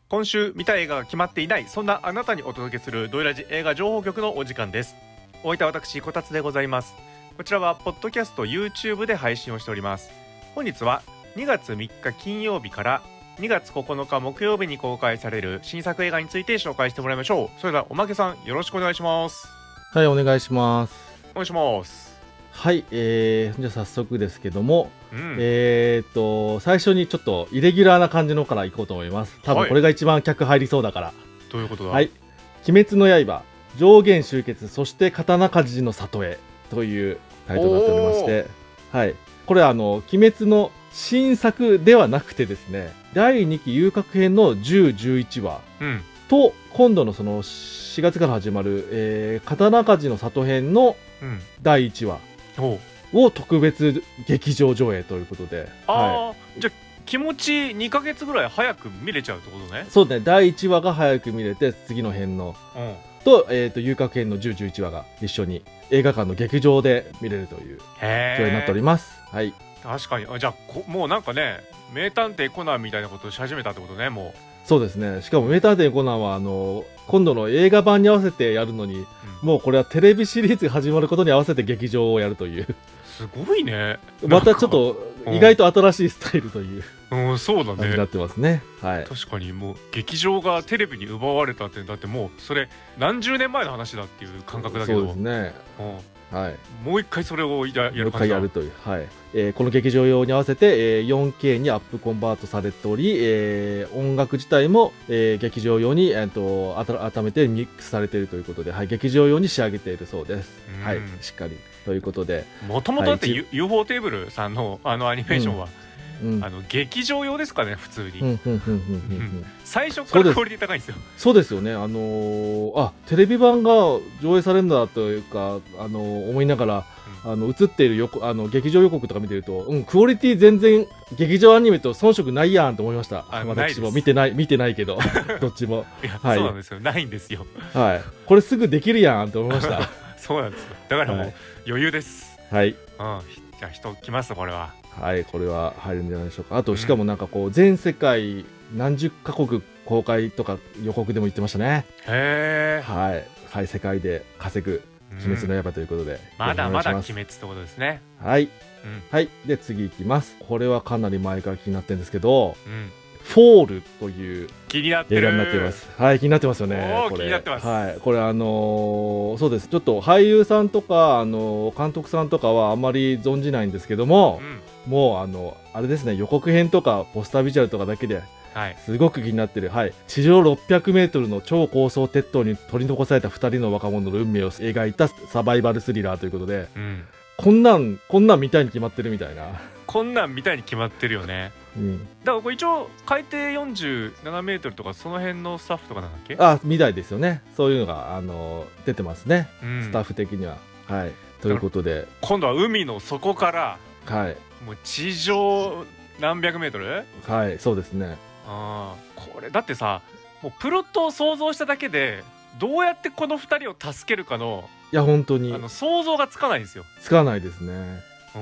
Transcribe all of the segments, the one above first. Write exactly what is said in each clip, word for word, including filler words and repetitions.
今週見たい映画が決まっていない、そんなあなたにお届けするドイラジ映画情報局のお時間です。お相手は私こたつでございます。こちらはポッドキャスト YouTube で配信をしております。本日はにがつみっか金曜日からにがつここのか木曜日に公開される新作映画について紹介してもらいましょう。それではおまけさん、よろしくお願いします。 はい、お願いします。 お願いします。 はい、えー、じゃあ早速ですけども、 うん、 えーと最初にちょっとイレギュラーな感じのからいこうと思います。多分これが一番客入りそうだから、はい、 どういうことだ。 はい、鬼滅の刃上弦集結、そして刀鍛冶の里へというタイトルになっておりまして、はい、これはあの鬼滅の新作ではなくてですね、だいにき遊郭編のじゅう、じゅういちわ、うん、と今度のそのしがつから始まる、えー、刀鍛冶の里編のだいいちわを特別劇場上映ということで、 あ、はい、じゃあ気持ちにかげつぐらい早く見れちゃうってことね。 そうね、だいいちわが早く見れて、次の編の、うん、と、えーと遊郭編のじゅう、じゅういちわが一緒に映画館の劇場で見れるという上映になっております。はい、 確かに。じゃあこもうなんかね、名探偵コナンみたいなことをし始めたってことね。もうそうですね。しかも名探偵コナンはあの今度の映画版に合わせてやるのに、うん、もうこれはテレビシリーズが始まることに合わせて劇場をやるという、 すごいね。 またちょっと意外と新しいスタイルという、 うんうん、そうだね、 になってますね。はい、 確かにもう劇場がテレビに奪われたって、だってもうそれ何十年前の話だっていう感覚だけど、 そうですね、うん、はい、 もう一回それをやる感じだ。 もう一回やるという、はい、えー、この劇場用に合わせて、えー、よんケー にアップコンバートされており、えー、音楽自体も、えー、劇場用に、えー、と改めてミックスされているということで、はい、劇場用に仕上げているそうです。はい、しっかりということで、 もともとだって、はい、ユーフォー テーブルさんのあのアニメーションは、うんうん、あの劇場用ですかね、普通に。最初からクオリティ高いんですよ。 そうですよね。あのー、あテレビ版が上映されるんだというか、あのー、思いながら、うん、あの映っているよあの劇場予告とか見てると、うん、クオリティ全然劇場アニメと遜色ないやんと思いました。私も見てない見てないけどどっちも。 いや、はい、そうなんですよ、ないんですよ。 はい、これすぐできるやんと思いましたそうなんですよ。だからもう、はい、余裕です。 はい、うん、 じゃあ人来ます、これは。 はい、これは入るんじゃないでしょうか。あとしかもなんかこう全世界何十カ国公開とか予告でも言ってましたね。 へー、 はい、はい、世界で稼ぐ鬼滅の刃ということで、うん、 まだまだ鬼滅ってことですね。 はい、うん、はい、で次いきます。これはかなり前から気になってるんですけど、うん、フォールという映画になっています。はい、気になってますよね。これ気になってます。はい、これあのー、そうです。ちょっと俳優さんとか、あのー、監督さんとかはあまり存じないんですけども、うん、もうあのあれですね、予告編とかポスタービジュアルとかだけで、はい、すごく気になってる、はい、地上ろっぴゃくメートルの超高層鉄塔に取り残されたふたりの若者の運命を描いたサバイバルスリラーということで、うん、こんなんこんなん見たいに決まってるみたいな。 こんなん見たいに決まってるよね。うん、だからこれ一応海底よんじゅうななメートルとかその辺のスタッフとかなんだっけ。 あ、みたいですよね。そういうのがあの出てますね、うん、スタッフ的には。はい、ということで今度は海の底から、 はい、 もう地上何百メートル。 はい、そうですね。 あ、これだってさ、もうプロットを想像しただけでどうやってこのふたりを助けるかの、 いや本当にあの想像がつかないんですよ。 つかないですね。 うん、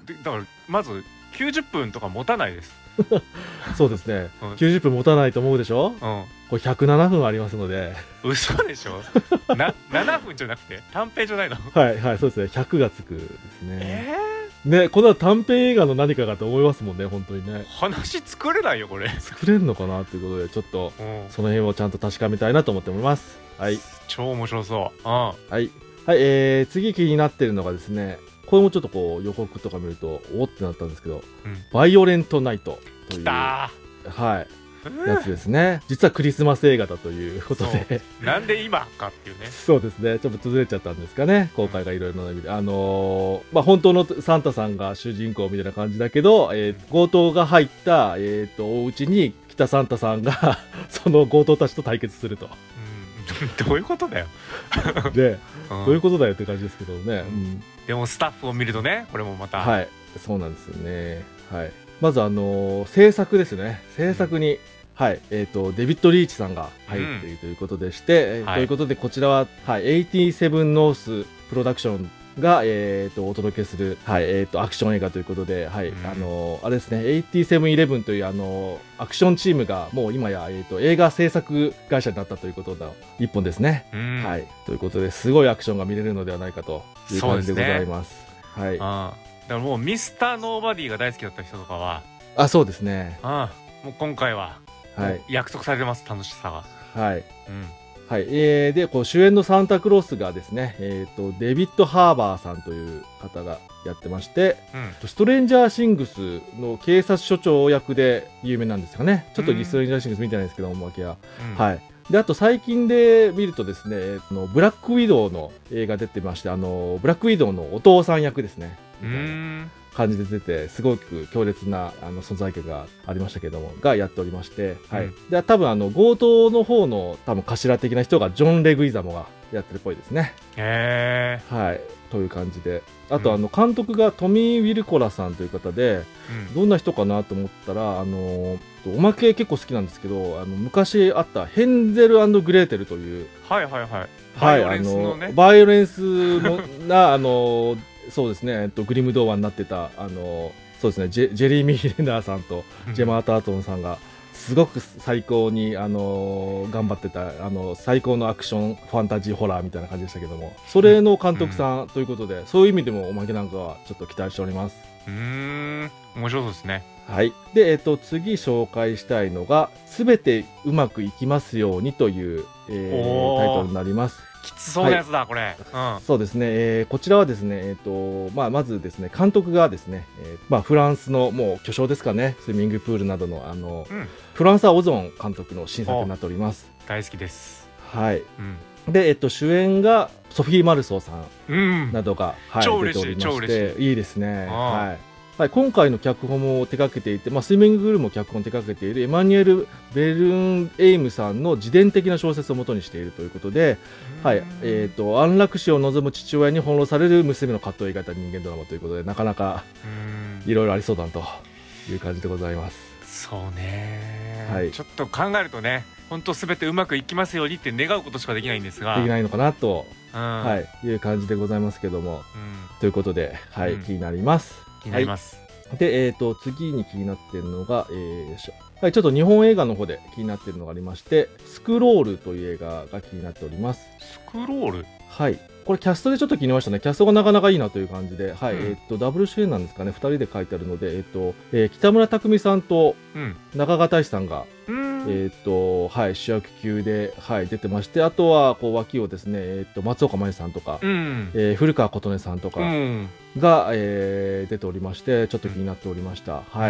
でだからまずきゅうじゅっぷんとか持たないですそうですね、うん、きゅうじゅっぷん持たないと思うでしょ、うん、これひゃくななふんありますので。 嘘でしょなななふんじゃなくて短編じゃないの。 はいはい、そうですね、ひゃくがつくですね。えー、ね、この短編映画の何かかと思いますもんね、本当にね。 話作れないよこれ。 作れるのかなということで、ちょっとその辺をちゃんと確かめたいなと思っております。はい、 超面白そう。うん、 はい、はい、えー、次気になってるのがですね、これもちょっとこう予告とか見るとおってなったんですけど、うん、バイオレントナイトという、はい、やつですね。実はクリスマス映画だということでなんで今かっていうね。 そうですね、ちょっと崩れちゃったんですかね、公開がいろいろな意味で。あのー、まあ本当のサンタさんが主人公みたいな感じだけど、えー、強盗が入った、えー、とお家に来たサンタさんがその強盗たちと対決すると。 どういうことだよで、うん、どういうことだよって感じですけどね、うん、 でもスタッフを見るとね、これもまた、 はい、そうなんですよね。はい、まずあのー、制作ですね。制作に、はい、えーと、デビッド・リーチさんが入っているということでして、うん、ということでこちらは、はい、はちじゅうななノースプロダクションが、えー、とお届けする、はいえー、とアクション映画ということで、はいうんあのあれですね、はちセブンイレブンというあのアクションチームがもう今や、えー、と映画制作会社になったということの一本ですね、 うんはい。ということですごいアクションが見れるのではないかという感じでございます。はい、 あだからもうミスターノーバディが大好きだった人とかは、 あそうですね、 あもう今回は、はい、約束されてます、楽しさが。 はい、 うんはいえー、でこう主演のサンタクロースがですね、えー、とデビッド・ハーバーさんという方がやってまして、うん、ストレンジャーシングスの警察署長役で有名なんですよね。ちょっとストレンジャーシングス見てないんですけど、おまけは、うん、はい。であと最近で見るとですね、あのブラックウィドウの映画出てまして、あのブラックウィドウのお父さん役ですね。みたいな感じで出て、すごく強烈なあの存在感がありましたけども、がやっておりまして、はい、うん、で多分あの強盗の方の多分頭的な人がジョン・レグイザモがやってるっぽいですね。 へー、 はい、という感じで、あと、うん、あの監督がトミー・ウィルコラさんという方で、うん、どんな人かなと思ったら、あのおまけ結構好きなんですけど、あの昔あったヘンゼル&グレーテルという、 はいはいはい、 バイオレンスのね、バイオレンスのなあのそうですね、えっと、グリム童話になってたあのそうですね、ジェ、ジェリーミー・レナーさんとジェマー・タートンさんがすごく最高にあの頑張ってたあの最高のアクションファンタジーホラーみたいな感じでしたけども、それの監督さんということで、うん、そういう意味でもおまけなんかはちょっと期待しております。 うーん、面白そうですね。 はい。で、えっと、次紹介したいのがすべてうまくいきますようにという、えー、タイトルになります。 きつそうなやつだ、はい、これ、 うん、そうですね、えー、こちらはですね、えーとまあ、まずですね、監督がですね、えーまあ、フランスのもう巨匠ですかね、スイミングプールなどのあの、うん、フランサー・オゾン監督の新作になっております。 大好きです。 はい、うん、で、えっと、主演がソフィー・マルソーさんなどが、 うん、はい、超嬉しい、超嬉しい、 いいですね。はいはい、今回の脚本も手掛けていて、まあ、スイミングプールも脚本を手掛けているエマニュエル・ベルンエイムさんの自伝的な小説を元にしているということで、はいえー、と安楽死を望む父親に翻弄される娘の葛藤を描いた人間ドラマということで、なかなかいろいろありそうだという感じでございます。 そうね、 はい、 ちょっと考えるとね、本当すべてうまくいきますようにって願うことしかできないんですが、 できないのかなと、うん、はい、いう感じでございますけども、うん、ということで、はい、うん、気になります。 気になります。 はい、で、えー、と次に気になっているのが、えーはい、ちょっと日本映画の方で気になっているのがありまして、スクロールという映画が気になっております。 スクロール、 はい、これキャストでちょっと気になりましたね。キャストがなかなかいいなという感じで、はい、うん、えー、とダブル主演なんですかね、ふたりで書いてあるので、えーとえー、北村匠海さんと中川大志さんが、うん、えーとはい、主役級で、はい、出てまして、あとはこう脇をですね、えー、と松岡茉優さんとか、うん、えー、古川琴音さんとかが、うんえー、出ておりまして、ちょっと気になっておりました。はい、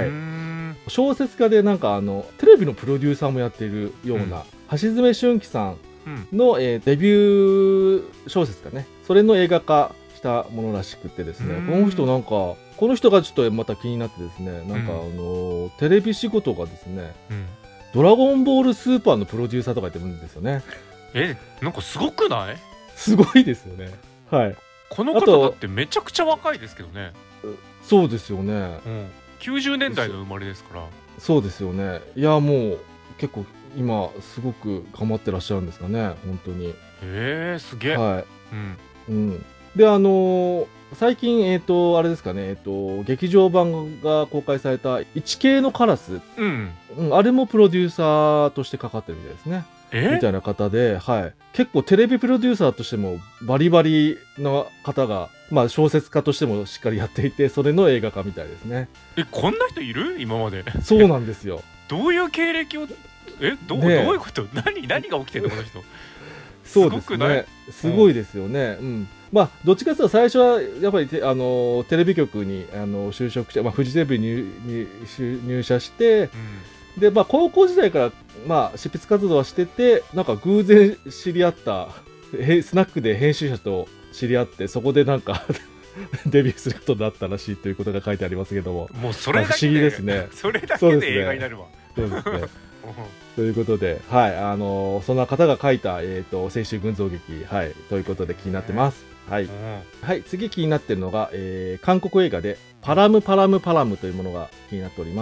小説家でなんかあのテレビのプロデューサーもやっているような、うん、橋爪俊樹さんの、うんえー、デビュー小説かね、それの映画化したものらしくてですね、この人なんかこの人がちょっとまた気になってですね、なんかあの、うん、テレビ仕事がですね、うん、ドラゴンボールスーパーのプロデューサーとかやってるんですよね。 え、なんかすごくない？ すごいですよね。はい。 この方だってめちゃくちゃ若いですけどね。 そうですよね、 うん、きゅうじゅうねんだいの生まれですから。 そうですよね。いやもう結構今すごく頑張ってらっしゃるんですかね、本当に。へえ、すげえ。 はい、うんうん、であのー、最近えっ、ー、とあれですかね、えっ、ー、と劇場版が公開されたいちケーのカラス、うんうん、あれもプロデューサーとしてかかってるみたいですね。みたいな方で、はい、結構テレビプロデューサーとしてもバリバリの方が、まあ、小説家としてもしっかりやっていて、それの映画化みたいですね。 え、こんな人いる？今まで。 そうなんですよ。 どういう経歴を、え、どう、ね、どういうこと？何何が起きてるのこの人。 そうですね。すごいですよね。うん、うん、まあどっちかというと最初はやっぱりてあのテレビ局にあの就職して、まあ、フジテレビに 入, 入社して、うん、でまあ高校時代からまあ執筆活動はしてて、なんか偶然知り合ったスナックで編集者と知り合って、そこでなんかデビューすることになったらしいということが書いてありますけども、 もうそれだけで、 まあ、不思議ですね。 それだけで映画になるわ。 そうですね。ということで、はい、あのー、そんな方が書いた、えーと、青春群像劇、はい、ということで気になってます。はい、はい、次気になっているのが、えー、韓国映画でパラムパラムパラムというものが気になっております。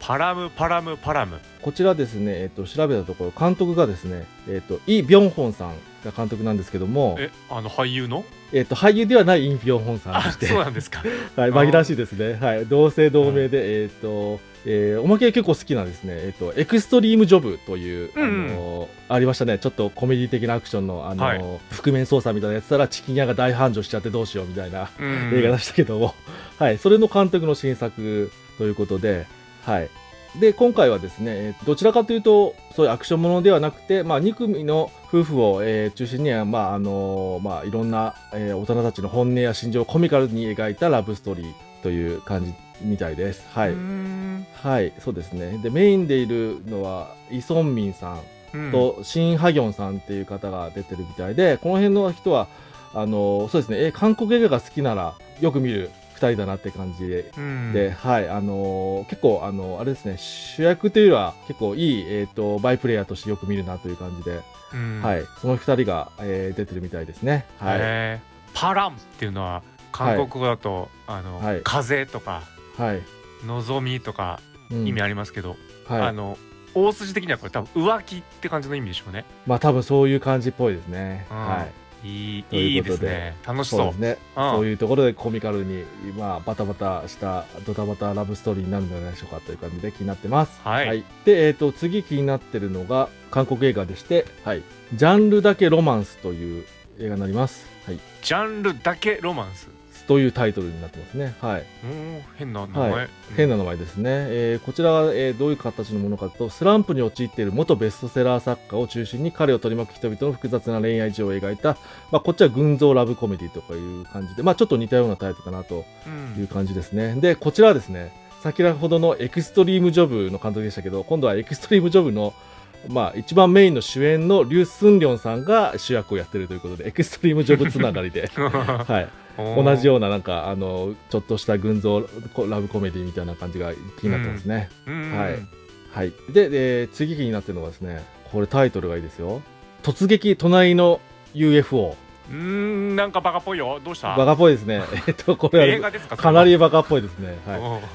パラムパラムパラム。 こちらですね、えっと、調べたところ監督がですね、えっと、イ・ビョンホンさんが監督なんですけども、 えあの俳優のえっと、俳優ではないイ・ビョンホンさんでして、 そうなんですか。 はい、紛らわしいですね。はい、同姓同名で、えっと、えー、おまけ結構好きなんですね。えっと、エクストリームジョブという、あのー、ありましたね。ちょっとコメディ的なアクションの、あのーはい、覆面操作みたいなやつたらチキン屋が大繁盛しちゃってどうしようみたいな映画でしたけども、はい、それの監督の新作ということで、はい。で、今回はですね、えー、どちらかというと、そういうアクションものではなくて、まあ、に組の夫婦を、えー、中心には、まあ、あのー、まあ、いろんな、えー、大人たちの本音や心情をコミカルに描いたラブストーリーという感じみたいです。はい。はい、そうですね。で、メインでいるのは、イ・ソンミンさんと、シン・ハギョンさんっていう方が出てるみたいで、この辺の人は、あのー、そうですね、えー、韓国映画が好きなら、よく見るふたりだなって感じで、うん、で、はい、あのー、結構、あのー、あれですね、主役というよりは結構いい、えっと、バイプレイヤーとしてよく見るなという感じで、うん、はい、そのふたりが、えー、出てるみたいですね。はい。 パランっていうのは、韓国語だと、はい、あの、はい、風とか、はい、望みとか意味ありますけど、うん、はい、あの、大筋的にはこれ多分浮気って感じの意味でしょうね。 まあ多分そういう感じっぽいですね。うん、はい。 いい、いいですね。楽しそう。 そうですね。うん、そういうところでコミカルに、まあ、バタバタしたドタバタラブストーリーになるんじゃないでしょうかという感じで気になってます。はい。はい、で、えっと、次気になってるのが韓国映画でして、はい。ジャンルだけロマンスという映画になります。はい。 ジャンルだけロマンスというタイトルになってますね。はい。 変な名前、はい、 変な名前ですね。えー、こちらは、えー、どういう形のものかというと、スランプに陥っている元ベストセラー作家を中心に彼を取り巻く人々の複雑な恋愛事情を描いた、まあ、こっちは群像ラブコメディとかいう感じで、まあ、ちょっと似たようなタイプかなという感じですね。うん、で、こちらはですね、先ほどのエクストリームジョブの監督でしたけど、今度はエクストリームジョブのまあ、一番メインの主演のリュウ・スンリョンさんが主役をやってるということで、エクストリームジョブつながりで、はい、同じようななんかあのちょっとした群像ラブコメディみたいな感じが気になってますね。はい、はい、でで次気になってるのがですね、これタイトルがいいですよ。突撃隣の ユーエフオー。 うーん、なんかバカっぽいよ。どうした？ バカっぽいですね。えっとこれは映画ですか？ かなりバカっぽいですね。はい。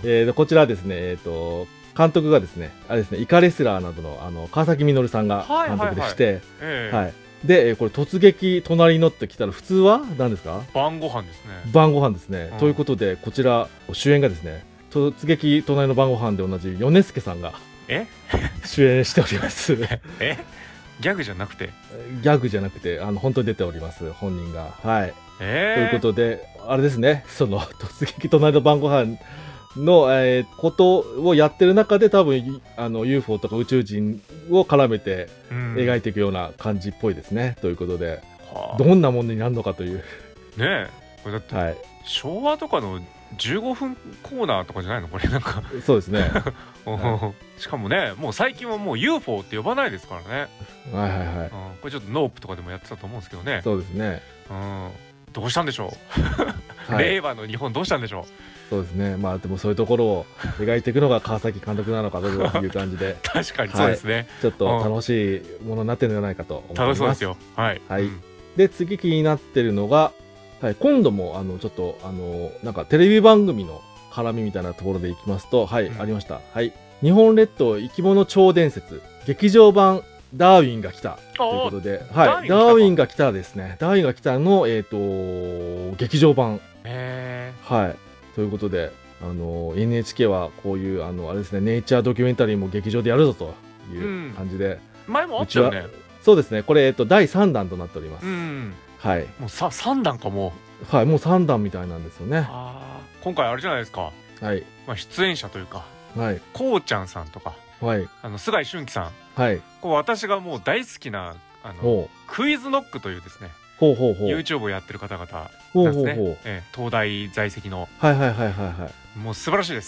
えー、こちらですね、えっと。監督がですね、あれですね、イカレスラーなどのあの川崎実さんが監督でして、はい。で、これ突撃隣のって来たら普通は何ですか？ 晩ご飯ですね。 晩ご飯ですね。うん、ということでこちら主演がですね、突撃隣の晩ご飯で同じ米助さんが主演しております。 え？ギャグじゃなくて？ ギャグじゃなくて、あの本当に出ております本人が。はい。えー、ということであれですね、その突撃隣の晩ご飯の、えー、ことをやってる中で多分あの ユーフォー とか宇宙人を絡めて描いていくような感じっぽいですね、うん、ということで、はあ、どんなものになるのかというねえ、これだって、はい、昭和とかのじゅうごふんコーナーとかじゃないのこれ？なんかそうですねはい、しかもね、もう最近はもう ユーフォー って呼ばないですからね。 はいはいはい、うん、 これちょっとノープとかでもやってたと思うんですけどね。 そうですね、 うん、どうしたんでしょう、はい、令和の日本どうしたんでしょう。 そうですね、まあでもそういうところを描いていくのが川崎監督なのかという感じで確かにそうですね、はい、 ちょっと楽しいものになってるんじゃないかと思います。 楽しそうですよ。はい、 はい、うん、で次気になってるのが、はい、今度もあのちょっとあのなんかテレビ番組の絡みみたいなところでいきますと、はい、うん、ありました。はい、日本列島生き物超伝説劇場版ダーウィンが来たということで、はい、ダーウィンが来たですね。ダーウィンが来たの、えーと、劇場版。へー、はい。ということで、あの エヌエイチケー はこういうあのあれですね、ネイチャードキュメンタリーも劇場でやるぞという感じで、 うん、前もあったよね。 そうですね。これ、えっと、だいさんだんとなっております。うん、はい。 もうささんだんかも。 はい、もうさんだんみたいなんですよね。 あ、今回あれじゃないですか。はい。まあ、出演者というか、はい、こうちゃんさんとか、はい、あの菅井俊樹さん、はい、こう私がもう大好きなあのクイズノックというですね、ほうほうほう YouTube をやってる方々ですね。ええ、東大在籍の、はいはいはいはいはい、もう素晴らしいです。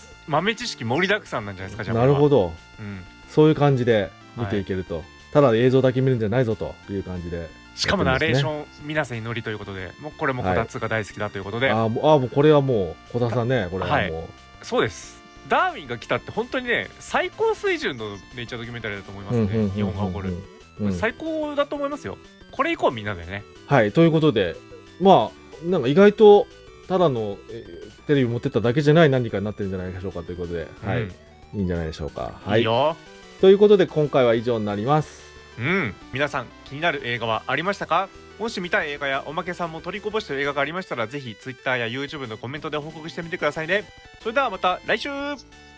豆知識盛りだくさんなんじゃないですか。じゃあなるほど、うん、そういう感じで見ていけると、はい、ただ映像だけ見るんじゃないぞという感じで、 しかもナレーション皆さんに乗りということで、もうこれもこたつが大好きだということで、 はい、ああもうこれはもうこたつさんね、これはもう、はい、 そうです。ダーウィンが来たって本当にね、最高水準のネイチャードキュメンタリーだと思いますね。日本が誇る、うん、最高だと思いますよ。これ以降みんなでね。 はい、ということで、まあなんか意外とただのテレビ持ってっただけじゃない何かになってるんじゃないでしょうかということで、うん、はい、 いいんじゃないでしょうか。はい、 いいよ。 ということで今回は以上になります。 うん、皆さん気になる映画はありましたか？もし見たい映画やおまけさんも取りこぼしてる映画がありましたら、ぜひ Twitter や YouTube のコメントで報告してみてくださいね。それではまた来週。